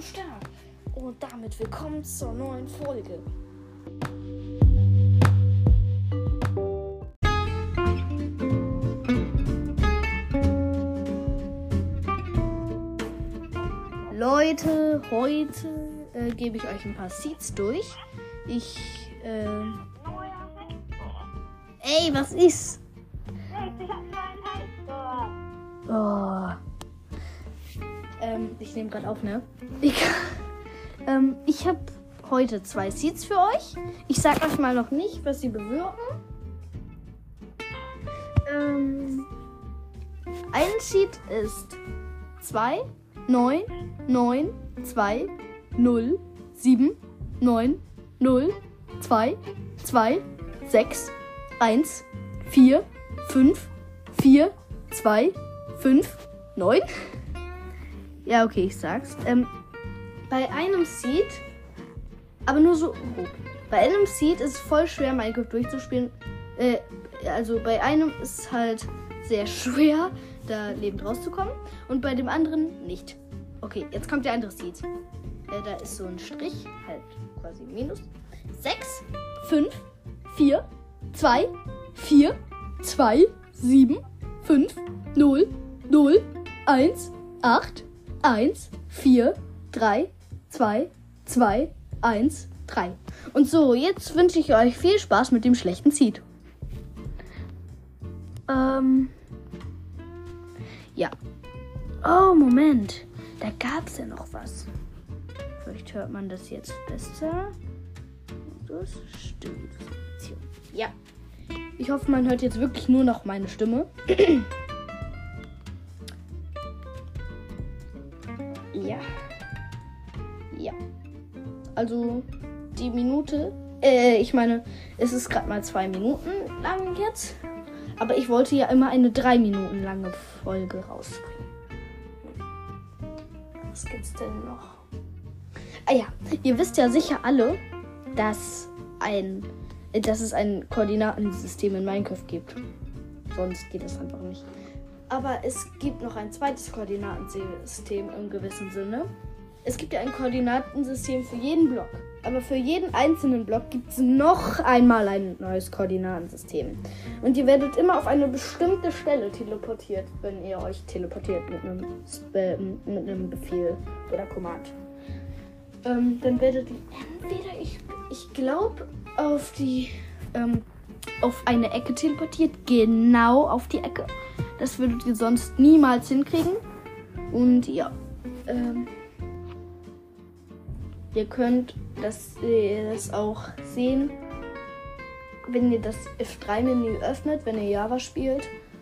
Start. Und damit willkommen zur neuen Folge. Leute, heute gebe ich euch ein paar Seeds durch. Ey, was ist? Oh. Ich nehme gerade auf, ne? Ich habe heute 2 Seeds für euch. Ich sag euch mal noch nicht, was sie bewirken. Ein Seed ist 2, 9, 9, 2, 0, 7, 9, 0, 2, 2, 6, 1, 4, 5, 4, 2, 5, 9. Ja, okay, ich sag's. Bei einem Seed, aber nur so grob. Bei einem Seed ist es voll schwer, Minecraft durchzuspielen. Also bei einem ist es halt sehr schwer, da lebend rauszukommen. Und bei dem anderen nicht. Okay, jetzt kommt der andere Seed. Da ist so ein Strich, halt quasi Minus. 6, 5, 4, 2, 4, 2, 7, 5, 0, 0, 1, 8, 1, 4, 3, 2, 2, 1, 3. Und so, jetzt wünsche ich euch viel Spaß mit dem schlechten Seed. Ja. Oh, Moment. Da gab es ja noch was. Vielleicht hört man das jetzt besser. Das stimmt. Ja. Ich hoffe, man hört jetzt wirklich nur noch meine Stimme. Ja. Ja. Also, die Minute. Ich meine, es ist gerade mal 2 Minuten lang jetzt. Aber ich wollte ja immer eine 3 Minuten lange Folge rausbringen. Was gibt's denn noch? Ah ja, ihr wisst ja sicher alle, dass es ein Koordinatensystem in Minecraft gibt. Sonst geht es einfach nicht. Aber es gibt noch ein zweites Koordinatensystem im gewissen Sinne. Es gibt ja ein Koordinatensystem für jeden Block. Aber für jeden einzelnen Block gibt es noch einmal ein neues Koordinatensystem. Und ihr werdet immer auf eine bestimmte Stelle teleportiert, wenn ihr euch teleportiert mit einem Befehl oder Command. Dann werdet ihr entweder, ich glaube, auf eine Ecke teleportiert. Genau auf die Ecke. Das würdet ihr sonst niemals hinkriegen. Und ja, ihr könnt das auch sehen, wenn ihr das F3-Menü öffnet, wenn ihr Java spielt.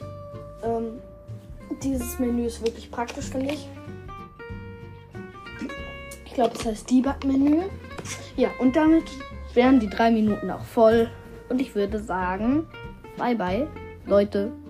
Dieses Menü ist wirklich praktisch, finde ich. Ich glaube, es heißt Debug-Menü. Ja, und damit wären die 3 Minuten auch voll. Und ich würde sagen, bye bye, Leute.